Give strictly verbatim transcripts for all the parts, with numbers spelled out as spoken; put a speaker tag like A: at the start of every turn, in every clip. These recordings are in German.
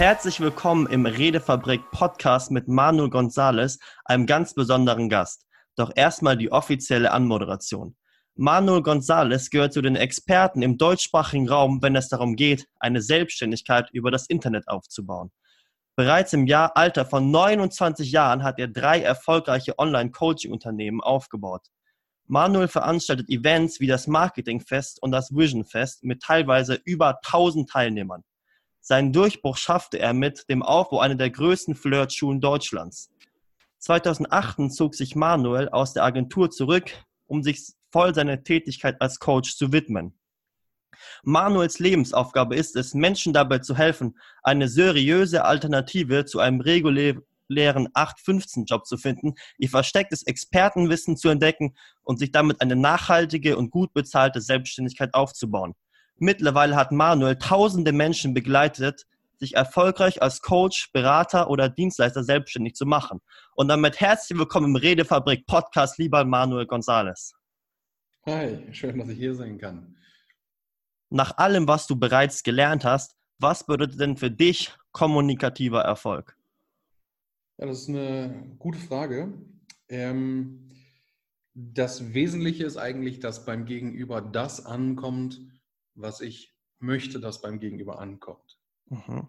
A: Herzlich willkommen im Redefabrik Podcast mit Manuel González, einem ganz besonderen Gast. Doch erstmal die offizielle Anmoderation. Manuel González gehört zu den Experten im deutschsprachigen Raum, wenn es darum geht, eine Selbstständigkeit über das Internet aufzubauen. Bereits im Jahr, Alter von neunundzwanzig Jahren hat er drei erfolgreiche Online-Coaching-Unternehmen aufgebaut. Manuel veranstaltet Events wie das Marketingfest und das Visionfest mit teilweise über tausend Teilnehmern. Seinen Durchbruch schaffte er mit dem Aufbau einer der größten Flirtschulen Deutschlands. zweitausendachtzehn zog sich Manuel aus der Agentur zurück, um sich voll seiner Tätigkeit als Coach zu widmen. Manuels Lebensaufgabe ist es, Menschen dabei zu helfen, eine seriöse Alternative zu einem regulären acht fünfzehn Job zu finden, ihr verstecktes Expertenwissen zu entdecken und sich damit eine nachhaltige und gut bezahlte Selbstständigkeit aufzubauen. Mittlerweile hat Manuel tausende Menschen begleitet, sich erfolgreich als Coach, Berater oder Dienstleister selbstständig zu machen. Und damit herzlich willkommen im Redefabrik Podcast, lieber Manuel González.
B: Hi, schön, dass ich hier sein kann.
A: Nach allem, was du bereits gelernt hast, was bedeutet denn für dich kommunikativer Erfolg?
B: Ja, das ist eine gute Frage. Ähm, das Wesentliche ist eigentlich, dass beim Gegenüber das ankommt, was ich möchte, dass beim Gegenüber ankommt.
A: Mhm.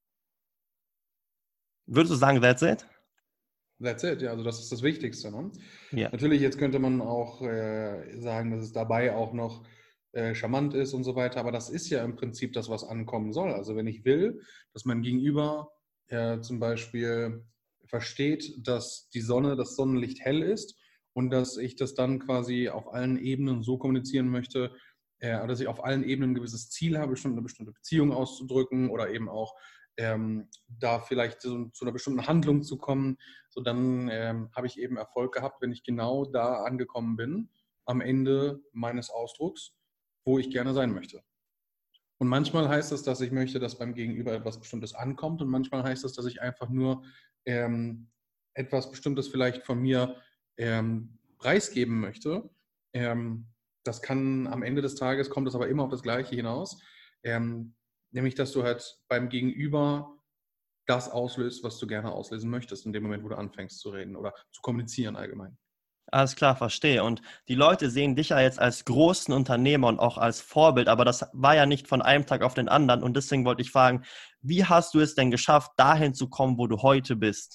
A: Würdest du sagen, that's it?
B: That's it, ja, also das ist das Wichtigste. Ne?
A: Ja.
B: Natürlich, jetzt könnte man auch äh, sagen, dass es dabei auch noch äh, charmant ist und so weiter, aber das ist ja im Prinzip das, was ankommen soll. Also wenn ich will, dass mein Gegenüber äh, zum Beispiel versteht, dass die Sonne, das Sonnenlicht hell ist und dass ich das dann quasi auf allen Ebenen so kommunizieren möchte, äh, dass ich auf allen Ebenen ein gewisses Ziel habe, bestimmt eine bestimmte Beziehung auszudrücken oder eben auch ähm, da vielleicht so, zu einer bestimmten Handlung zu kommen, so dann ähm, habe ich eben Erfolg gehabt, wenn ich genau da angekommen bin, am Ende meines Ausdrucks, wo ich gerne sein möchte. Und manchmal heißt das, dass ich möchte, dass beim Gegenüber etwas Bestimmtes ankommt und manchmal heißt das, dass ich einfach nur ähm, etwas Bestimmtes vielleicht von mir ähm, preisgeben möchte. Ähm, das kann am Ende des Tages, kommt es aber immer auf das Gleiche hinaus, ähm, nämlich, dass du halt beim Gegenüber das auslöst, was du gerne auslösen möchtest, in dem Moment, wo du anfängst zu reden oder zu kommunizieren allgemein.
A: Alles klar, verstehe. Und die Leute sehen dich ja jetzt als großen Unternehmer und auch als Vorbild, aber das war ja nicht von einem Tag auf den anderen. Und deswegen wollte ich fragen, wie hast du es denn geschafft, dahin zu kommen, wo du heute bist?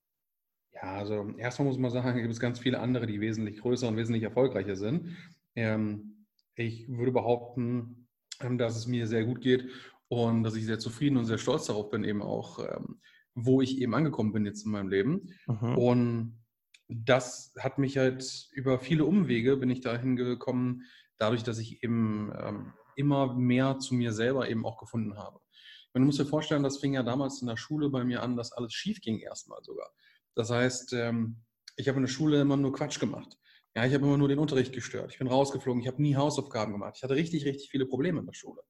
B: Ja, also erstmal muss man sagen, gibt es ganz viele andere, die wesentlich größer und wesentlich erfolgreicher sind. Ähm, ich würde behaupten, ähm, dass es mir sehr gut geht und dass ich sehr zufrieden und sehr stolz darauf bin, eben auch, ähm, wo ich eben angekommen bin jetzt in meinem Leben.
A: Mhm.
B: Und das hat mich halt über viele Umwege bin ich dahin gekommen, dadurch, dass ich eben ähm, immer mehr zu mir selber eben auch gefunden habe. Man muss sich vorstellen, das fing ja damals in der Schule bei mir an, dass alles schief ging erstmal sogar. Das heißt, ähm, ich habe in der Schule immer nur Quatsch gemacht. Ja, ich habe immer nur den Unterricht gestört. Ich bin rausgeflogen, ich habe nie Hausaufgaben gemacht. Ich hatte richtig, richtig viele Probleme in der Schule.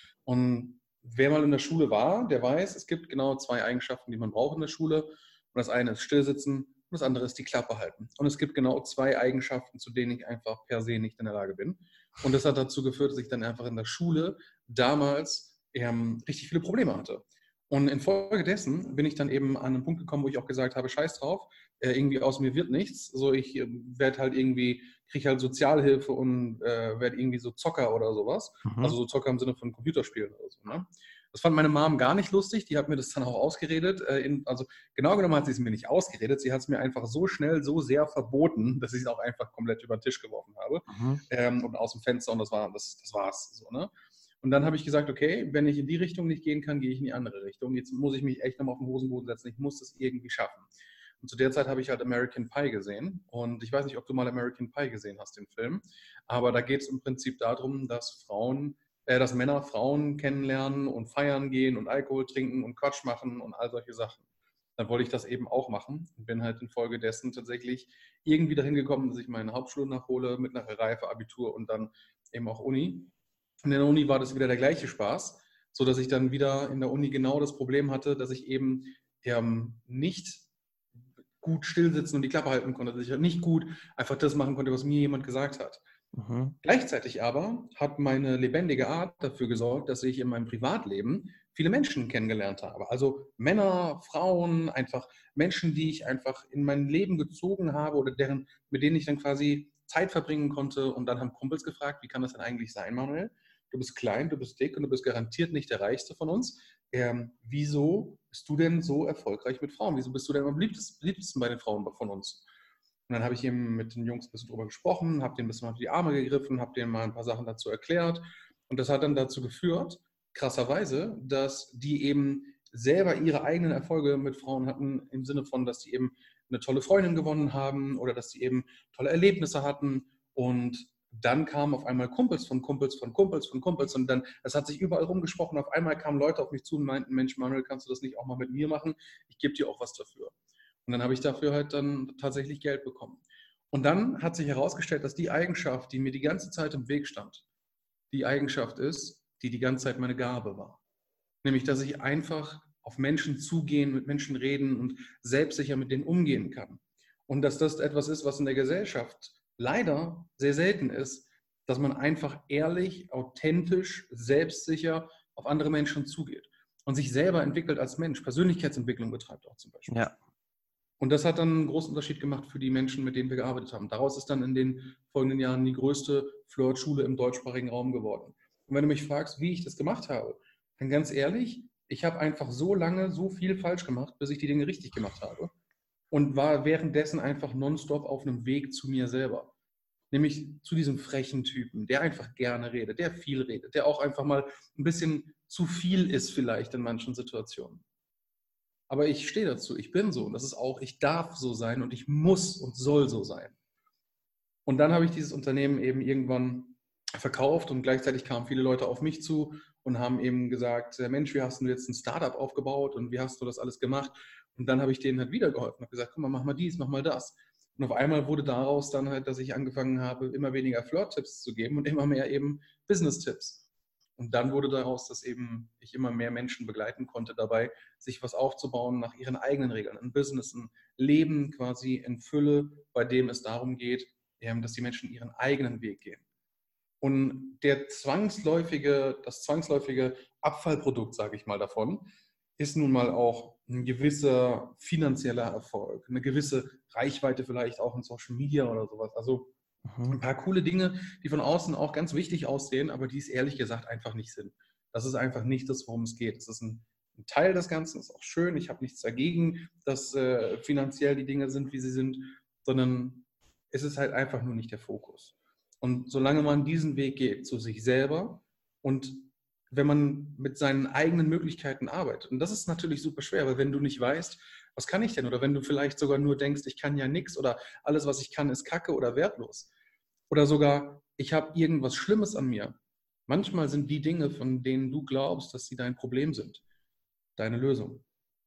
B: Und wer mal in der Schule war, der weiß, es gibt genau zwei Eigenschaften, die man braucht in der Schule. Und das eine ist Stillsitzen und das andere ist die Klappe halten. Und es gibt genau zwei Eigenschaften, zu denen ich einfach per se nicht in der Lage bin. Und das hat dazu geführt, dass ich dann einfach in der Schule damals ähm, richtig viele Probleme hatte. Und infolgedessen bin ich dann eben an einen Punkt gekommen, wo ich auch gesagt habe, scheiß drauf, äh, irgendwie aus mir wird nichts. So, ich äh, werde halt irgendwie, kriege halt Sozialhilfe und äh, werde irgendwie so Zocker oder sowas.
A: Mhm.
B: Also so Zocker im Sinne von Computerspielen oder so. Ne? Das fand meine Mom gar nicht lustig, die hat mir das dann auch ausgeredet. Äh, in, also genau genommen hat sie es mir nicht ausgeredet, sie hat es mir einfach so schnell, so sehr verboten, dass ich es auch einfach komplett über den Tisch geworfen habe
A: Mhm.
B: ähm, und aus dem Fenster und das war das, das war's. So, ne? Und dann habe ich gesagt, okay, wenn ich in die Richtung nicht gehen kann, gehe ich in die andere Richtung. Jetzt muss ich mich echt nochmal auf den Hosenboden setzen. Ich muss das irgendwie schaffen. Und zu der Zeit habe ich halt American Pie gesehen. Und ich weiß nicht, ob du mal American Pie gesehen hast, den Film. Aber da geht es im Prinzip darum, dass Frauen, äh, dass Männer Frauen kennenlernen und feiern gehen und Alkohol trinken und Quatsch machen und all solche Sachen. Dann wollte ich das eben auch machen und bin halt infolgedessen tatsächlich irgendwie dahin gekommen, dass ich meine Hauptschule nachhole mit einer Reife, Abitur und dann eben auch Uni. Und in der Uni war das wieder der gleiche Spaß, sodass ich dann wieder in der Uni genau das Problem hatte, dass ich eben ähm, nicht gut stillsitzen und die Klappe halten konnte, dass ich halt nicht gut einfach das machen konnte, was mir jemand gesagt hat.
A: Mhm.
B: Gleichzeitig aber hat meine lebendige Art dafür gesorgt, dass ich in meinem Privatleben viele Menschen kennengelernt habe. Also Männer, Frauen, einfach Menschen, die ich einfach in mein Leben gezogen habe oder deren, mit denen ich dann quasi Zeit verbringen konnte. Und dann haben Kumpels gefragt, wie kann das denn eigentlich sein, Manuel? Du bist klein, du bist dick und du bist garantiert nicht der Reichste von uns. Ähm, wieso bist du denn so erfolgreich mit Frauen? Wieso bist du denn am beliebtesten, beliebtesten bei den Frauen von uns? Und dann habe ich eben mit den Jungs ein bisschen drüber gesprochen, habe denen ein bisschen unter die Arme gegriffen, habe denen mal ein paar Sachen dazu erklärt. Und das hat dann dazu geführt, krasserweise, dass die eben selber ihre eigenen Erfolge mit Frauen hatten, im Sinne von, dass die eben eine tolle Freundin gewonnen haben oder dass die eben tolle Erlebnisse hatten. Und dann kamen auf einmal Kumpels von Kumpels von Kumpels von Kumpels und dann, es hat sich überall rumgesprochen. Auf einmal kamen Leute auf mich zu und meinten, Mensch, Manuel, kannst du das nicht auch mal mit mir machen? Ich gebe dir auch was dafür. Und dann habe ich dafür halt dann tatsächlich Geld bekommen. Und dann hat sich herausgestellt, dass die Eigenschaft, die mir die ganze Zeit im Weg stand, die Eigenschaft ist, die die ganze Zeit meine Gabe war. Nämlich, dass ich einfach auf Menschen zugehen, mit Menschen reden und selbstsicher mit denen umgehen kann. Und dass das etwas ist, was in der Gesellschaft leider sehr selten ist, dass man einfach ehrlich, authentisch, selbstsicher auf andere Menschen zugeht und sich selber entwickelt als Mensch, Persönlichkeitsentwicklung betreibt auch zum Beispiel.
A: Ja.
B: Und das hat dann einen großen Unterschied gemacht für die Menschen, mit denen wir gearbeitet haben. Daraus ist dann in den folgenden Jahren die größte Flirt-Schule im deutschsprachigen Raum geworden. Und wenn du mich fragst, wie ich das gemacht habe, dann ganz ehrlich, ich habe einfach so lange so viel falsch gemacht, bis ich die Dinge richtig gemacht habe. Und war währenddessen einfach nonstop auf einem Weg zu mir selber. Nämlich zu diesem frechen Typen, der einfach gerne redet, der viel redet, der auch einfach mal ein bisschen zu viel ist vielleicht in manchen Situationen. Aber ich stehe dazu, ich bin so und das ist auch, ich darf so sein und ich muss und soll so sein. Und dann habe ich dieses Unternehmen eben irgendwann verkauft und gleichzeitig kamen viele Leute auf mich zu und haben eben gesagt, Mensch, wie hast du jetzt ein Startup aufgebaut und wie hast du das alles gemacht? Und dann habe ich denen halt wieder geholfen, habe gesagt, guck mal, mach mal dies, mach mal das. Und auf einmal wurde daraus dann halt, dass ich angefangen habe, immer weniger Flirt-Tipps zu geben und immer mehr eben Business-Tipps. Und dann wurde daraus, dass eben ich immer mehr Menschen begleiten konnte dabei, sich was aufzubauen nach ihren eigenen Regeln, ein Business, ein Leben quasi in Fülle, bei dem es darum geht, dass die Menschen ihren eigenen Weg gehen. Und der zwangsläufige, das zwangsläufige Abfallprodukt, sage ich mal davon, ist nun mal auch ein gewisser finanzieller Erfolg, eine gewisse Reichweite vielleicht auch in Social Media oder sowas. Also ein paar coole Dinge, die von außen auch ganz wichtig aussehen, aber die es ehrlich gesagt einfach nicht sind. Das ist einfach nicht das, worum es geht. Es ist ein, ein Teil des Ganzen, ist auch schön. Ich habe nichts dagegen, dass äh, finanziell die Dinge sind, wie sie sind, sondern es ist halt einfach nur nicht der Fokus. Und solange man diesen Weg geht zu sich selber und wenn man mit seinen eigenen Möglichkeiten arbeitet, und das ist natürlich super schwer, weil wenn du nicht weißt, was kann ich denn, oder wenn du vielleicht sogar nur denkst, ich kann ja nichts oder alles, was ich kann, ist Kacke oder wertlos, oder sogar, ich habe irgendwas Schlimmes an mir. Manchmal sind die Dinge, von denen du glaubst, dass sie dein Problem sind, deine Lösung.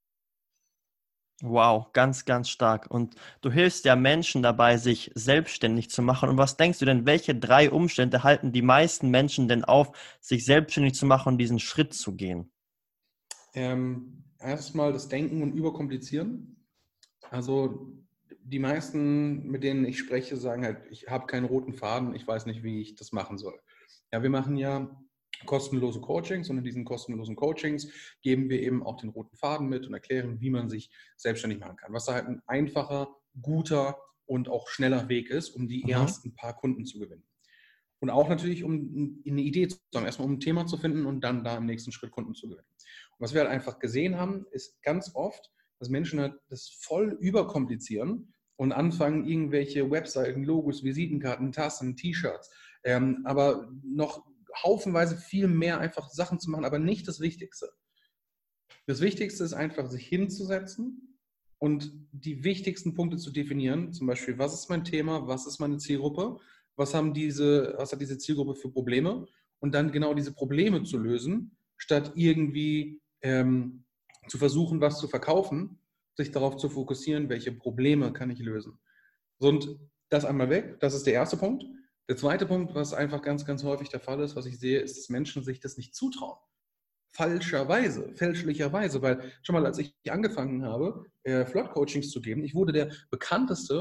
A: Wow, ganz, ganz stark. Und du hilfst ja Menschen dabei, sich selbstständig zu machen. Und was denkst du denn, welche drei Umstände halten die meisten Menschen denn auf, sich selbstständig zu machen und diesen Schritt zu gehen?
B: Ähm, erstmal das Denken und Überkomplizieren. Also die meisten, mit denen ich spreche, sagen halt, ich habe keinen roten Faden, ich weiß nicht, wie ich das machen soll. Ja, wir machen ja kostenlose Coachings und in diesen kostenlosen Coachings geben wir eben auch den roten Faden mit und erklären, wie man sich selbstständig machen kann. Was da halt ein einfacher, guter und auch schneller Weg ist, um die mhm. ersten paar Kunden zu gewinnen. Und auch natürlich, um eine Idee zu haben, erstmal um ein Thema zu finden und dann da im nächsten Schritt Kunden zu gewinnen. Und was wir halt einfach gesehen haben, ist ganz oft, dass Menschen halt das voll überkomplizieren und anfangen, irgendwelche Webseiten, Logos, Visitenkarten, Tassen, T-Shirts, ähm, aber noch haufenweise viel mehr einfach Sachen zu machen, aber nicht das Wichtigste. Das Wichtigste ist einfach, sich hinzusetzen und die wichtigsten Punkte zu definieren. Zum Beispiel, was ist mein Thema, was ist meine Zielgruppe, was haben diese, was hat diese Zielgruppe für Probleme und dann genau diese Probleme zu lösen, statt irgendwie ähm, zu versuchen, was zu verkaufen, sich darauf zu fokussieren, welche Probleme kann ich lösen. Und das einmal weg, das ist der erste Punkt. Der zweite Punkt, was einfach ganz, ganz häufig der Fall ist, was ich sehe, ist, dass Menschen sich das nicht zutrauen. Falscherweise, fälschlicherweise, weil schon mal, als ich angefangen habe, äh, Flirt-Coachings zu geben, ich wurde der bekannteste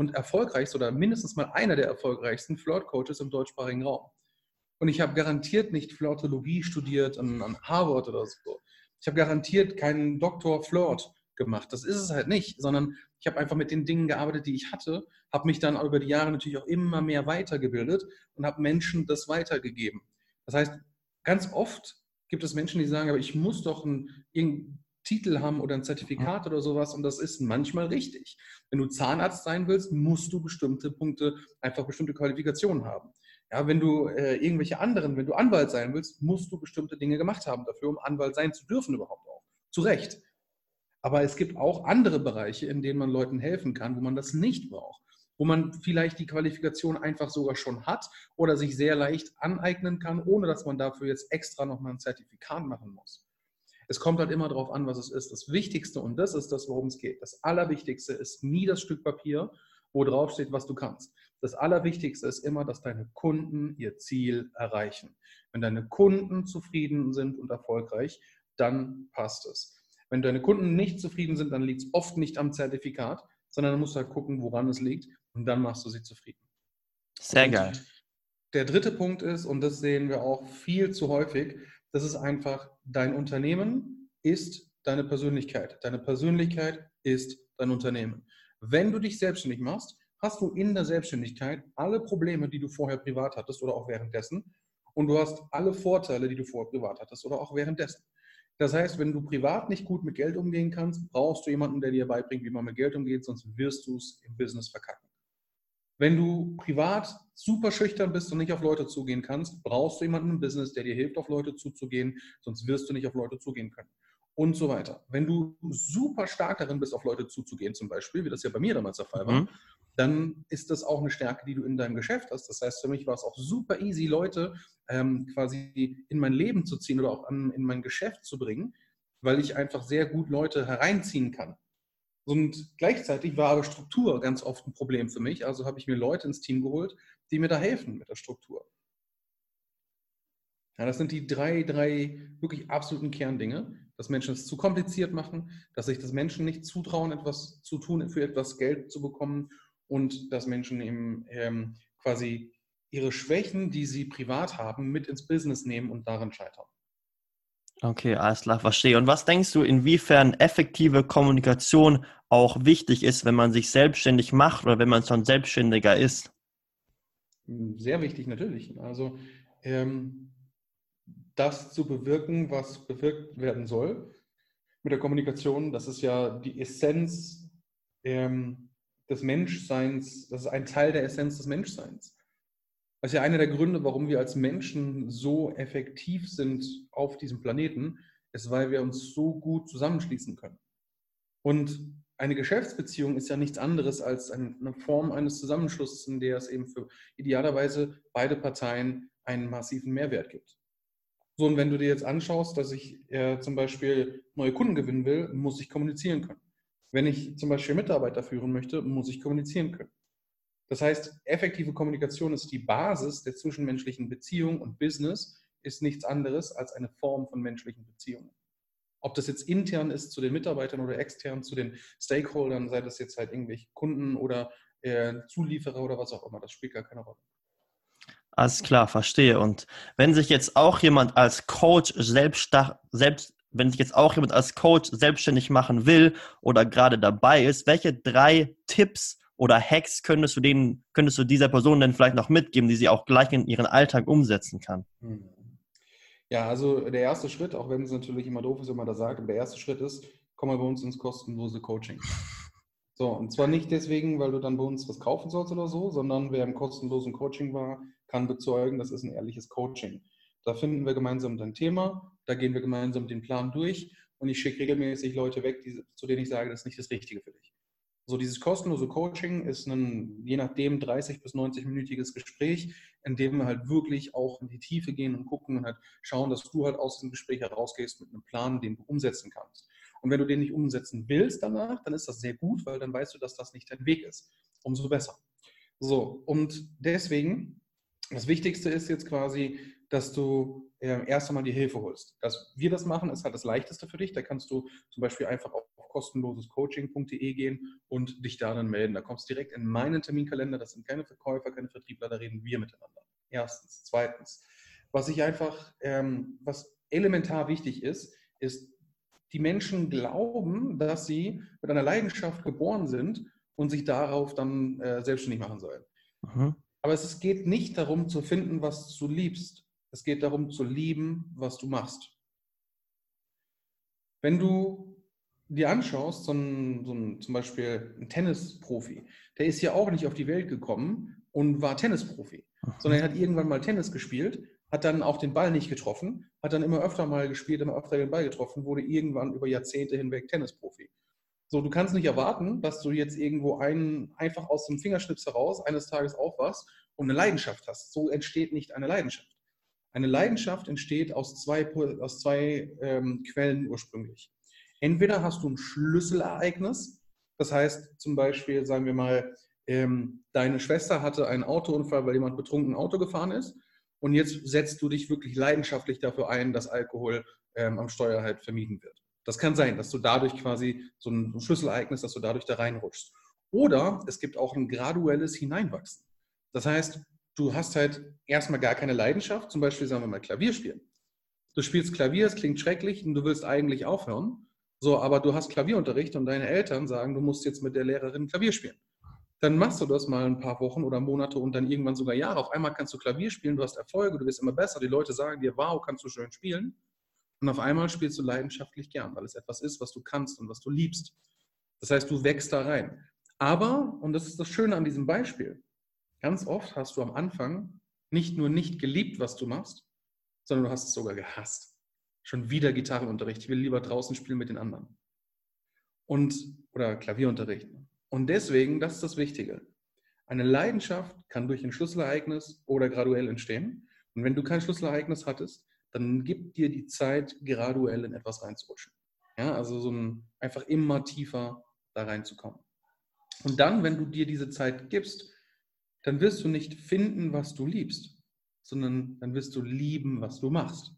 B: und erfolgreichste oder mindestens mal einer der erfolgreichsten Flirt-Coaches im deutschsprachigen Raum. Und ich habe garantiert nicht Flirtologie studiert an, an Harvard oder so. Ich habe garantiert keinen Doktor Flirt gemacht. Das ist es halt nicht, sondern ich habe einfach mit den Dingen gearbeitet, die ich hatte, habe mich dann über die Jahre natürlich auch immer mehr weitergebildet und habe Menschen das weitergegeben. Das heißt, ganz oft gibt es Menschen, die sagen, aber ich muss doch einen, irgendeinen Titel haben oder ein Zertifikat oder sowas, und das ist manchmal richtig. Wenn du Zahnarzt sein willst, musst du bestimmte Punkte, einfach bestimmte Qualifikationen haben. Ja, wenn du äh, irgendwelche anderen, wenn du Anwalt sein willst, musst du bestimmte Dinge gemacht haben dafür, um Anwalt sein zu dürfen überhaupt auch. Zu Recht. Aber es gibt auch andere Bereiche, in denen man Leuten helfen kann, wo man das nicht braucht. Wo man vielleicht die Qualifikation einfach sogar schon hat oder sich sehr leicht aneignen kann, ohne dass man dafür jetzt extra nochmal ein Zertifikat machen muss. Es kommt halt immer darauf an, was es ist. Das Wichtigste, und das ist das, worum es geht, das Allerwichtigste ist nie das Stück Papier, wo drauf steht, was du kannst. Das Allerwichtigste ist immer, dass deine Kunden ihr Ziel erreichen. Wenn deine Kunden zufrieden sind und erfolgreich, dann passt es. Wenn deine Kunden nicht zufrieden sind, dann liegt es oft nicht am Zertifikat, sondern dann musst du halt gucken, woran es liegt, und dann machst du sie zufrieden.
A: Sehr
B: und
A: geil.
B: Der dritte Punkt ist, und das sehen wir auch viel zu häufig, das ist einfach, dein Unternehmen ist deine Persönlichkeit. Deine Persönlichkeit ist dein Unternehmen. Wenn du dich selbstständig machst, hast du in der Selbstständigkeit alle Probleme, die du vorher privat hattest oder auch währenddessen, und du hast alle Vorteile, die du vorher privat hattest oder auch währenddessen. Das heißt, wenn du privat nicht gut mit Geld umgehen kannst, brauchst du jemanden, der dir beibringt, wie man mit Geld umgeht, sonst wirst du es im Business verkacken. Wenn du privat super schüchtern bist und nicht auf Leute zugehen kannst, brauchst du jemanden im Business, der dir hilft, auf Leute zuzugehen, sonst wirst du nicht auf Leute zugehen können. Und so weiter. Wenn du super stark darin bist, auf Leute zuzugehen zum Beispiel, wie das ja bei mir damals der Fall war,
A: Mhm.
B: dann ist das auch eine Stärke, die du in deinem Geschäft hast. Das heißt, für mich war es auch super easy, Leute ähm, quasi in mein Leben zu ziehen oder auch an, in mein Geschäft zu bringen, weil ich einfach sehr gut Leute hereinziehen kann. Und gleichzeitig war aber Struktur ganz oft ein Problem für mich. Also habe ich mir Leute ins Team geholt, die mir da helfen mit der Struktur. Ja, das sind die drei, drei wirklich absoluten Kerndinge, dass Menschen es zu kompliziert machen, dass sich das Menschen nicht zutrauen, etwas zu tun, für etwas Geld zu bekommen, und dass Menschen eben ähm, quasi ihre Schwächen, die sie privat haben, mit ins Business nehmen und darin scheitern.
A: Okay, alles klar, verstehe. Und was denkst du, inwiefern effektive Kommunikation auch wichtig ist, wenn man sich selbstständig macht oder wenn man schon Selbstständiger ist?
B: Sehr wichtig natürlich. Also ähm, das zu bewirken, was bewirkt werden soll mit der Kommunikation, das ist ja die Essenz ähm, des Menschseins, das ist ein Teil der Essenz des Menschseins. Das ist ja einer der Gründe, warum wir als Menschen so effektiv sind auf diesem Planeten, ist, weil wir uns so gut zusammenschließen können. Und eine Geschäftsbeziehung ist ja nichts anderes als eine Form eines Zusammenschlusses, in der es eben für idealerweise beide Parteien einen massiven Mehrwert gibt. So, und wenn du dir jetzt anschaust, dass ich äh, zum Beispiel neue Kunden gewinnen will, muss ich kommunizieren können. Wenn ich zum Beispiel Mitarbeiter führen möchte, muss ich kommunizieren können. Das heißt, effektive Kommunikation ist die Basis der zwischenmenschlichen Beziehung, und Business ist nichts anderes als eine Form von menschlichen Beziehungen. Ob das jetzt intern ist zu den Mitarbeitern oder extern zu den Stakeholdern, sei das jetzt halt irgendwelche Kunden oder äh, Zulieferer oder was auch immer, das spielt gar keine Rolle.
A: Alles klar, verstehe. Und wenn sich jetzt auch jemand als Coach selbst, selbst, wenn sich jetzt auch jemand als Coach selbstständig machen will oder gerade dabei ist, welche drei Tipps oder Hacks könntest du denen, könntest du dieser Person denn vielleicht noch mitgeben, die sie auch gleich in ihren Alltag umsetzen kann?
B: Ja, also der erste Schritt, auch wenn es natürlich immer doof ist, wenn man das sagt, aber der erste Schritt ist, komm mal bei uns ins kostenlose Coaching. So, und zwar nicht deswegen, weil du dann bei uns was kaufen sollst oder so, sondern wer im kostenlosen Coaching war, kann bezeugen, das ist ein ehrliches Coaching. Da finden wir gemeinsam dein Thema, da gehen wir gemeinsam den Plan durch, und ich schicke regelmäßig Leute weg, die, zu denen ich sage, das ist nicht das Richtige für dich. So, dieses kostenlose Coaching ist ein, je nachdem, dreißig bis neunzig-minütiges Gespräch, in dem wir halt wirklich auch in die Tiefe gehen und gucken und halt schauen, dass du halt aus diesem Gespräch herausgehst mit einem Plan, den du umsetzen kannst. Und wenn du den nicht umsetzen willst danach, dann ist das sehr gut, weil dann weißt du, dass das nicht dein Weg ist. Umso besser. So, und deswegen Das Wichtigste ist jetzt quasi, dass du äh, erst einmal die Hilfe holst. Dass wir das machen, ist halt das Leichteste für dich. Da kannst du zum Beispiel einfach auf kostenloses coaching punkt de gehen und dich da dann melden. Da kommst du direkt in meinen Terminkalender. Das sind keine Verkäufer, keine Vertriebler, da reden wir miteinander. Erstens. Zweitens, was ich einfach, ähm, was elementar wichtig ist, ist, die Menschen glauben, dass sie mit einer Leidenschaft geboren sind und sich darauf dann äh, selbstständig machen sollen.
A: Mhm.
B: Aber es geht nicht darum zu finden, was du liebst. Es geht darum zu lieben, was du machst. Wenn du dir anschaust, so ein, so ein, zum Beispiel ein Tennisprofi, der ist ja auch nicht auf die Welt gekommen und war Tennisprofi,
A: Mhm.
B: sondern er hat irgendwann mal Tennis gespielt, hat dann auch den Ball nicht getroffen, hat dann immer öfter mal gespielt, immer öfter den Ball getroffen, wurde irgendwann über Jahrzehnte hinweg Tennisprofi. So, du kannst nicht erwarten, dass du jetzt irgendwo einen, einfach aus dem Fingerschnips heraus eines Tages aufwachst und eine Leidenschaft hast. So entsteht nicht eine Leidenschaft. Eine Leidenschaft entsteht aus zwei, aus zwei ähm, Quellen ursprünglich. Entweder hast du ein Schlüsselereignis, das heißt zum Beispiel, sagen wir mal, ähm, deine Schwester hatte einen Autounfall, weil jemand betrunken Auto gefahren ist und jetzt setzt du dich wirklich leidenschaftlich dafür ein, dass Alkohol ähm, am Steuer halt vermieden wird. Das kann sein, dass du dadurch quasi so ein Schlüsselereignis, dass du dadurch da reinrutschst. Oder es gibt auch ein graduelles Hineinwachsen. Das heißt, du hast halt erstmal gar keine Leidenschaft, zum Beispiel sagen wir mal Klavier spielen. Du spielst Klavier, es klingt schrecklich und du willst eigentlich aufhören, so, aber du hast Klavierunterricht und deine Eltern sagen, du musst jetzt mit der Lehrerin Klavier spielen. Dann machst du das mal ein paar Wochen oder Monate und dann irgendwann sogar Jahre. Auf einmal kannst du Klavier spielen, du hast Erfolge, du wirst immer besser, die Leute sagen dir, wow, kannst du schön spielen. Und auf einmal spielst du leidenschaftlich gern, weil es etwas ist, was du kannst und was du liebst. Das heißt, du wächst da rein. Aber, und das ist das Schöne an diesem Beispiel, ganz oft hast du am Anfang nicht nur nicht geliebt, was du machst, sondern du hast es sogar gehasst. Schon wieder Gitarrenunterricht. Ich will lieber draußen spielen mit den anderen. Und, oder Klavierunterricht. Und deswegen, das ist das Wichtige. Eine Leidenschaft kann durch ein Schlüsselereignis oder graduell entstehen. Und wenn du kein Schlüsselereignis hattest, dann gib dir die Zeit, graduell in etwas reinzurutschen. Ja, also so ein, einfach immer tiefer da reinzukommen. Und dann, wenn du dir diese Zeit gibst, dann wirst du nicht finden, was du liebst, sondern dann wirst du lieben, was du machst.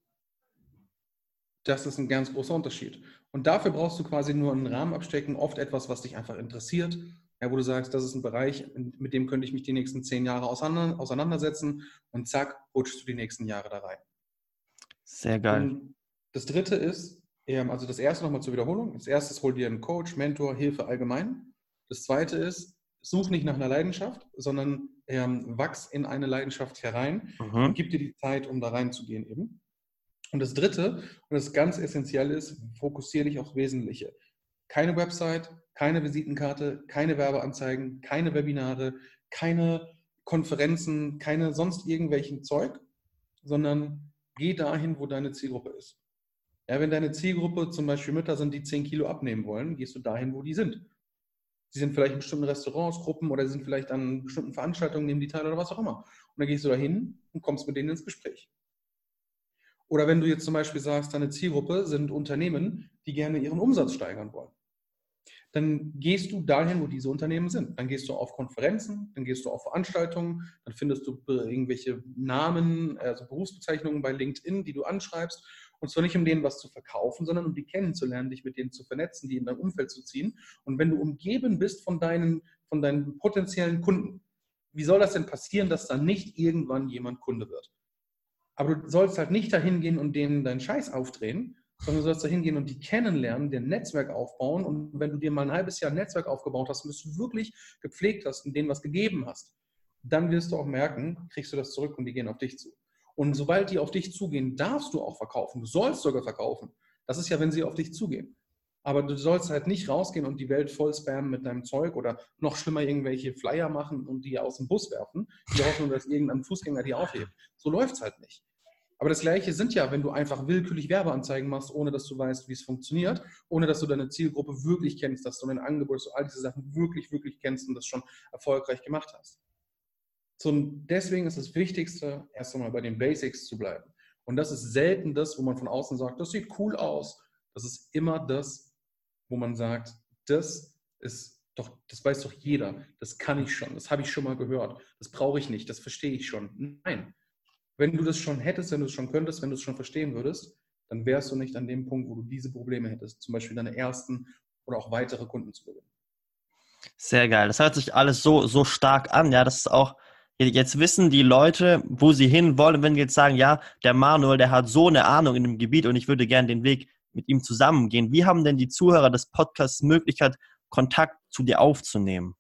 B: Das ist ein ganz großer Unterschied. Und dafür brauchst du quasi nur einen Rahmen abstecken, oft etwas, was dich einfach interessiert, ja, wo du sagst, das ist ein Bereich, mit dem könnte ich mich die nächsten zehn Jahre auseinandersetzen und zack, rutschst du die nächsten Jahre da rein.
A: Sehr geil.
B: Und das dritte ist, also das erste nochmal zur Wiederholung, das erste ist, hol dir einen Coach, Mentor, Hilfe allgemein. Das zweite ist, such nicht nach einer Leidenschaft, sondern ähm, wachs in eine Leidenschaft herein
A: Mhm.
B: und gib dir die Zeit, um da reinzugehen eben. Und das dritte, und das ganz essentiell ist, fokussiere dich aufs Wesentliche. Keine Website, keine Visitenkarte, keine Werbeanzeigen, keine Webinare, keine Konferenzen, keine sonst irgendwelchen Zeug, sondern geh dahin, wo deine Zielgruppe ist. Ja, wenn deine Zielgruppe zum Beispiel Mütter sind, die zehn Kilo abnehmen wollen, gehst du dahin, wo die sind. Sie sind vielleicht in bestimmten Restaurants, Gruppen oder sind vielleicht an bestimmten Veranstaltungen, nehmen die teil oder was auch immer. Und dann gehst du dahin und kommst mit denen ins Gespräch. Oder wenn du jetzt zum Beispiel sagst, deine Zielgruppe sind Unternehmen, die gerne ihren Umsatz steigern wollen, dann gehst du dahin, wo diese Unternehmen sind. Dann gehst du auf Konferenzen, dann gehst du auf Veranstaltungen, dann findest du irgendwelche Namen, also Berufsbezeichnungen bei LinkedIn, die du anschreibst. Und zwar nicht, um denen was zu verkaufen, sondern um die kennenzulernen, dich mit denen zu vernetzen, die in dein Umfeld zu ziehen. Und wenn du umgeben bist von deinen, von deinen potenziellen Kunden, wie soll das denn passieren, dass dann nicht irgendwann jemand Kunde wird? Aber du sollst halt nicht dahin gehen und denen deinen Scheiß aufdrehen, sondern du sollst dahin gehen und die kennenlernen, dir ein Netzwerk aufbauen. Und wenn du dir mal ein halbes Jahr ein Netzwerk aufgebaut hast und es wirklich gepflegt hast und denen was gegeben hast, dann wirst du auch merken, kriegst du das zurück und die gehen auf dich zu. Und sobald die auf dich zugehen, darfst du auch verkaufen. Du sollst sogar verkaufen. Das ist ja, wenn sie auf dich zugehen. Aber du sollst halt nicht rausgehen und die Welt voll spammen mit deinem Zeug oder noch schlimmer irgendwelche Flyer machen und die aus dem Bus werfen, die Hoffnung, dass irgendein Fußgänger die aufhebt. So läuft es halt nicht. Aber das Gleiche sind ja, wenn du einfach willkürlich Werbeanzeigen machst, ohne dass du weißt, wie es funktioniert, ohne dass du deine Zielgruppe wirklich kennst, dass du dein Angebot, dass du all diese Sachen wirklich, wirklich kennst und das schon erfolgreich gemacht hast. So, und deswegen ist das Wichtigste, erst einmal bei den Basics zu bleiben. Und das ist selten das, wo man von außen sagt, das sieht cool aus. Das ist immer das, wo man sagt, das ist Doch, das weiß doch jeder. Das kann ich schon. Das habe ich schon mal gehört. Das brauche ich nicht. Das verstehe ich schon. Nein. Wenn du das schon hättest, wenn du es schon könntest, wenn du es schon verstehen würdest, dann wärst du nicht an dem Punkt, wo du diese Probleme hättest. Zum Beispiel deine ersten oder auch weitere Kunden zu gewinnen.
A: Sehr geil. Das hört sich alles so, so stark an. Ja, das ist auch, jetzt wissen die Leute, wo sie hin wollen. Wenn die jetzt sagen, ja, der Manuel, der hat so eine Ahnung in dem Gebiet und ich würde gerne den Weg mit ihm zusammengehen. Wie haben denn die Zuhörer des Podcasts Möglichkeit, Kontakt zu dir aufzunehmen?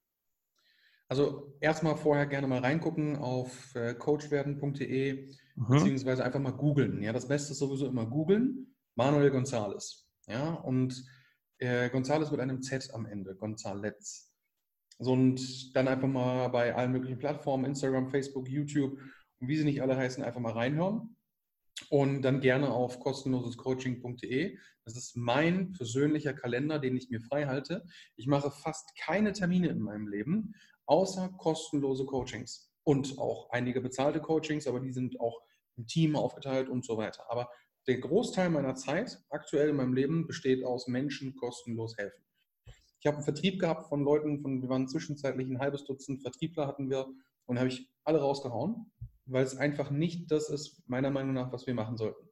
B: Also erstmal vorher gerne mal reingucken auf äh, coachwerden punkt de
A: Mhm.
B: beziehungsweise einfach mal googeln. Ja, das Beste ist sowieso immer googeln. Manuel González. Ja, und äh, González mit einem Z am Ende. González. So, und dann einfach mal bei allen möglichen Plattformen, Instagram, Facebook, YouTube und wie sie nicht alle heißen, einfach mal reinhören. Und dann gerne auf kostenloses coaching punkt de. Das ist mein persönlicher Kalender, den ich mir frei halte. Ich mache fast keine Termine in meinem Leben, außer kostenlose Coachings und auch einige bezahlte Coachings, aber die sind auch im Team aufgeteilt und so weiter. Aber der Großteil meiner Zeit aktuell in meinem Leben besteht aus Menschen kostenlos helfen. Ich habe einen Vertrieb gehabt von Leuten, von, wir waren zwischenzeitlich ein halbes Dutzend Vertriebler hatten wir und habe ich alle rausgehauen, weil es einfach nicht das ist, meiner Meinung nach, was wir machen sollten.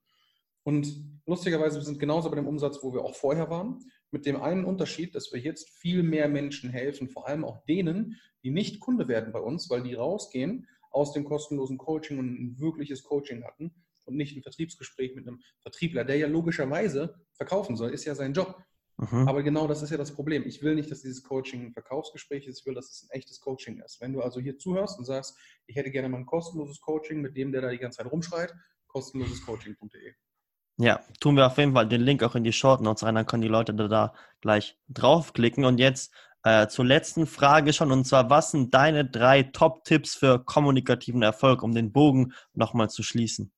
B: Und lustigerweise, wir sind genauso bei dem Umsatz, wo wir auch vorher waren, mit dem einen Unterschied, dass wir jetzt viel mehr Menschen helfen, vor allem auch denen, die nicht Kunde werden bei uns, weil die rausgehen aus dem kostenlosen Coaching und ein wirkliches Coaching hatten und nicht ein Vertriebsgespräch mit einem Vertriebler, der ja logischerweise verkaufen soll, ist ja sein Job.
A: Mhm.
B: Aber genau das ist ja das Problem. Ich will nicht, dass dieses Coaching ein Verkaufsgespräch ist, ich will, dass es ein echtes Coaching ist. Wenn du also hier zuhörst und sagst, ich hätte gerne mal ein kostenloses Coaching mit dem, der da die ganze Zeit rumschreit, kostenloses coaching punkt de.
A: Ja, tun wir auf jeden Fall den Link auch in die Shortnotes rein, dann können die Leute da, da gleich draufklicken. Und jetzt äh, zur letzten Frage schon, und zwar, was sind deine drei Top-Tipps für kommunikativen Erfolg, um den Bogen nochmal zu schließen?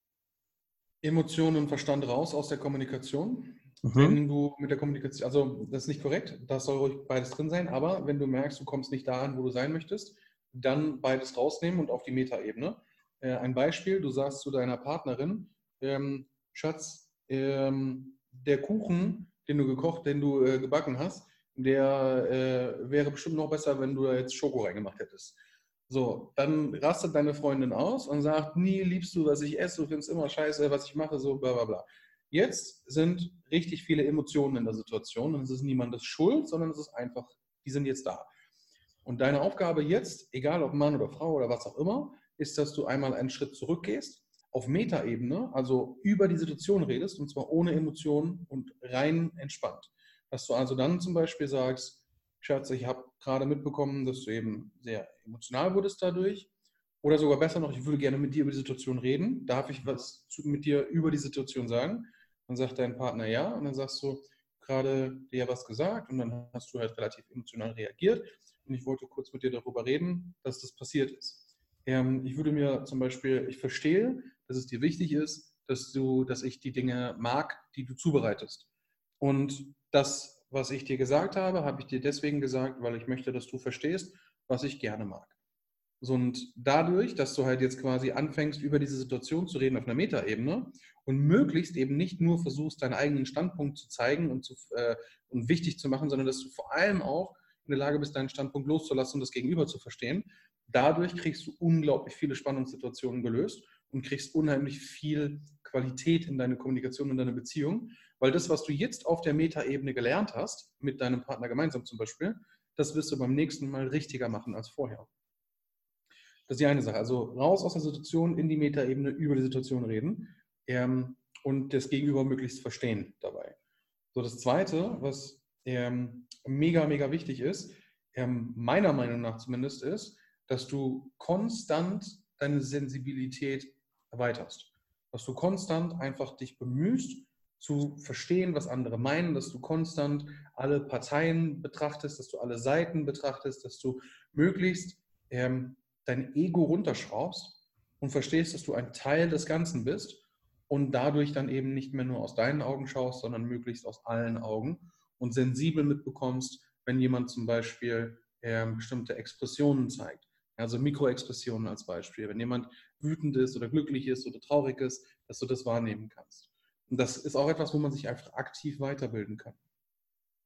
B: Emotionen und Verstand raus aus der Kommunikation.
A: Mhm.
B: Wenn du mit der Kommunikation, also das ist nicht korrekt, da soll ruhig beides drin sein, aber wenn du merkst, du kommst nicht da an, wo du sein möchtest, dann beides rausnehmen und auf die Metaebene. Äh, ein Beispiel, du sagst zu deiner Partnerin, ähm, Schatz, ähm, der Kuchen, den du gekocht, den du äh, gebacken hast, der äh, wäre bestimmt noch besser, wenn du da jetzt Schoko reingemacht hättest. So, dann rastet deine Freundin aus und sagt, nie liebst du, was ich esse, du findest immer scheiße, was ich mache, so bla bla bla. Jetzt sind richtig viele Emotionen in der Situation und es ist niemandes Schuld, sondern es ist einfach, die sind jetzt da. Und deine Aufgabe jetzt, egal ob Mann oder Frau oder was auch immer, ist, dass du einmal einen Schritt zurückgehst, auf Metaebene, also über die Situation redest und zwar ohne Emotionen und rein entspannt. Dass du also dann zum Beispiel sagst, Schatz, ich habe gerade mitbekommen, dass du eben sehr emotional wurdest dadurch. Oder sogar besser noch, ich würde gerne mit dir über die Situation reden. Darf ich was zu, mit dir über die Situation sagen? Dann sagt dein Partner ja. Und dann sagst du, gerade dir was gesagt. Und dann hast du halt relativ emotional reagiert. Und ich wollte kurz mit dir darüber reden, dass das passiert ist. Ähm, ich würde mir zum Beispiel, ich verstehe, dass es dir wichtig ist, dass du, dass ich die Dinge mag, die du zubereitest. Und das, was ich dir gesagt habe, habe ich dir deswegen gesagt, weil ich möchte, dass du verstehst, was ich gerne mag. So, und dadurch, dass du halt jetzt quasi anfängst, über diese Situation zu reden auf einer Metaebene und möglichst eben nicht nur versuchst, deinen eigenen Standpunkt zu zeigen und, zu, äh, und wichtig zu machen, sondern dass du vor allem auch in der Lage bist, deinen Standpunkt loszulassen und das Gegenüber zu verstehen. Dadurch kriegst du unglaublich viele Spannungssituationen gelöst und kriegst unheimlich viel Qualität in deine Kommunikation und deine Beziehung, weil das, was du jetzt auf der Metaebene gelernt hast, mit deinem Partner gemeinsam zum Beispiel, das wirst du beim nächsten Mal richtiger machen als vorher. Das ist die eine Sache. Also raus aus der Situation, in die Metaebene, über die Situation reden ähm, und das Gegenüber möglichst verstehen dabei. So, das Zweite, was ähm, mega, mega wichtig ist, ähm, meiner Meinung nach zumindest, ist, dass du konstant deine Sensibilität erweiterst. Dass du konstant einfach dich bemühst, zu verstehen, was andere meinen, dass du konstant alle Parteien betrachtest, dass du alle Seiten betrachtest, dass du möglichst ähm, dein Ego runterschraubst und verstehst, dass du ein Teil des Ganzen bist und dadurch dann eben nicht mehr nur aus deinen Augen schaust, sondern möglichst aus allen Augen und sensibel mitbekommst, wenn jemand zum Beispiel äh, bestimmte Expressionen zeigt. Also Mikroexpressionen als Beispiel. Wenn jemand wütend ist oder glücklich ist oder traurig ist, dass du das wahrnehmen kannst. Und das ist auch etwas, wo man sich einfach aktiv weiterbilden kann.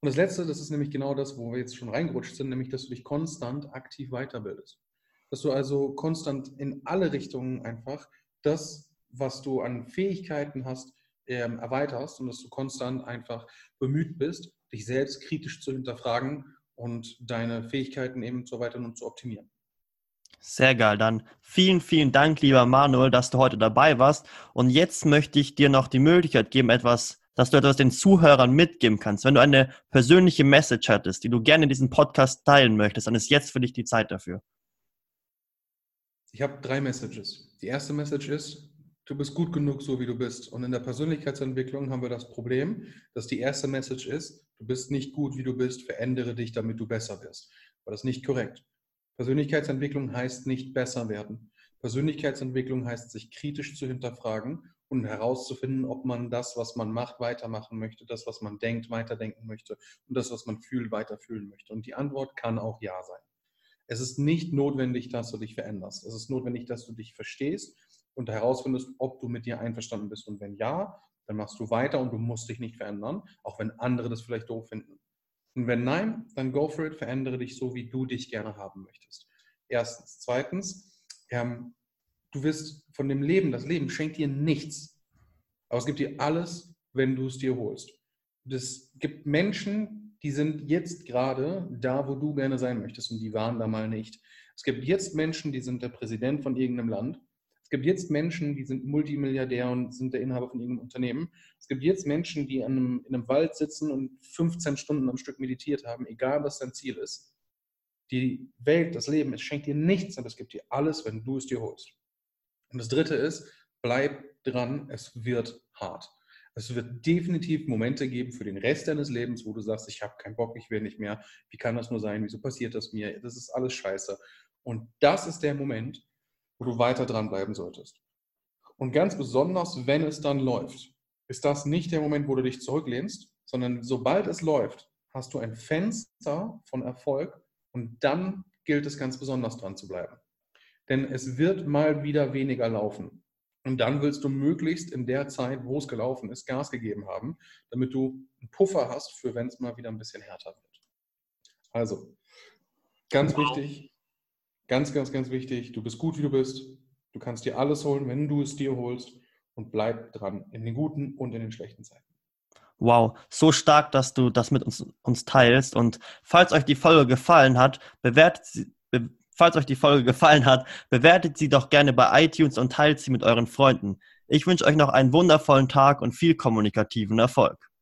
B: Und das Letzte, das ist nämlich genau das, wo wir jetzt schon reingerutscht sind, nämlich, dass du dich konstant aktiv weiterbildest. Dass du also konstant in alle Richtungen einfach das, was du an Fähigkeiten hast, ähm, erweiterst und dass du konstant einfach bemüht bist, dich selbst kritisch zu hinterfragen und deine Fähigkeiten eben zu erweitern und zu optimieren.
A: Sehr geil. Dann vielen, vielen Dank, lieber Manuel, dass du heute dabei warst. Und jetzt möchte ich dir noch die Möglichkeit geben, etwas, dass du etwas den Zuhörern mitgeben kannst. Wenn du eine persönliche Message hattest, die du gerne in diesem Podcast teilen möchtest, dann ist jetzt für dich die Zeit dafür.
B: Ich habe drei Messages. Die erste Message ist, du bist gut genug, so wie du bist. Und in der Persönlichkeitsentwicklung haben wir das Problem, dass die erste Message ist, du bist nicht gut, wie du bist, verändere dich, damit du besser wirst. Aber das ist nicht korrekt. Persönlichkeitsentwicklung heißt nicht besser werden. Persönlichkeitsentwicklung heißt, sich kritisch zu hinterfragen und herauszufinden, ob man das, was man macht, weitermachen möchte, das, was man denkt, weiterdenken möchte und das, was man fühlt, weiterfühlen möchte. Und die Antwort kann auch Ja sein. Es ist nicht notwendig, dass du dich veränderst. Es ist notwendig, dass du dich verstehst und herausfindest, ob du mit dir einverstanden bist. Und wenn ja, dann machst du weiter und du musst dich nicht verändern, auch wenn andere das vielleicht doof finden. Und wenn nein, dann go for it, verändere dich so, wie du dich gerne haben möchtest. Erstens. Zweitens, ähm, du wirst von dem Leben, das Leben schenkt dir nichts, aber es gibt dir alles, wenn du es dir holst. Es gibt Menschen, die sind jetzt gerade da, wo du gerne sein möchtest und die waren da mal nicht. Es gibt jetzt Menschen, die sind der Präsident von irgendeinem Land. Es gibt jetzt Menschen, die sind Multimilliardär und sind der Inhaber von irgendeinem Unternehmen. Es gibt jetzt Menschen, die an einem, in einem Wald sitzen und fünfzehn Stunden am Stück meditiert haben, egal was dein Ziel ist. Die Welt, das Leben, es schenkt dir nichts, aber es gibt dir alles, wenn du es dir holst. Und das Dritte ist, bleib dran, es wird hart. Es wird definitiv Momente geben für den Rest deines Lebens, wo du sagst, ich habe keinen Bock, ich will nicht mehr. Wie kann das nur sein? Wieso passiert das mir? Das ist alles scheiße. Und das ist der Moment, wo du weiter dranbleiben solltest. Und ganz besonders, wenn es dann läuft, ist das nicht der Moment, wo du dich zurücklehnst, sondern sobald es läuft, hast du ein Fenster von Erfolg und dann gilt es ganz besonders dran zu bleiben. Denn es wird mal wieder weniger laufen. Und dann willst du möglichst in der Zeit, wo es gelaufen ist, Gas gegeben haben, damit du einen Puffer hast, für wenn es mal wieder ein bisschen härter wird. Also, ganz wichtig, ganz, ganz, ganz wichtig, du bist gut, wie du bist. Du kannst dir alles holen, wenn du es dir holst und bleib dran, in den guten und in den schlechten Zeiten.
A: Wow, so stark, dass du das mit uns, uns teilst. Und falls euch die Folge gefallen hat, bewertet sie, be, falls euch die Folge gefallen hat, bewertet sie doch gerne bei iTunes und teilt sie mit euren Freunden. Ich wünsche euch noch einen wundervollen Tag und viel kommunikativen Erfolg.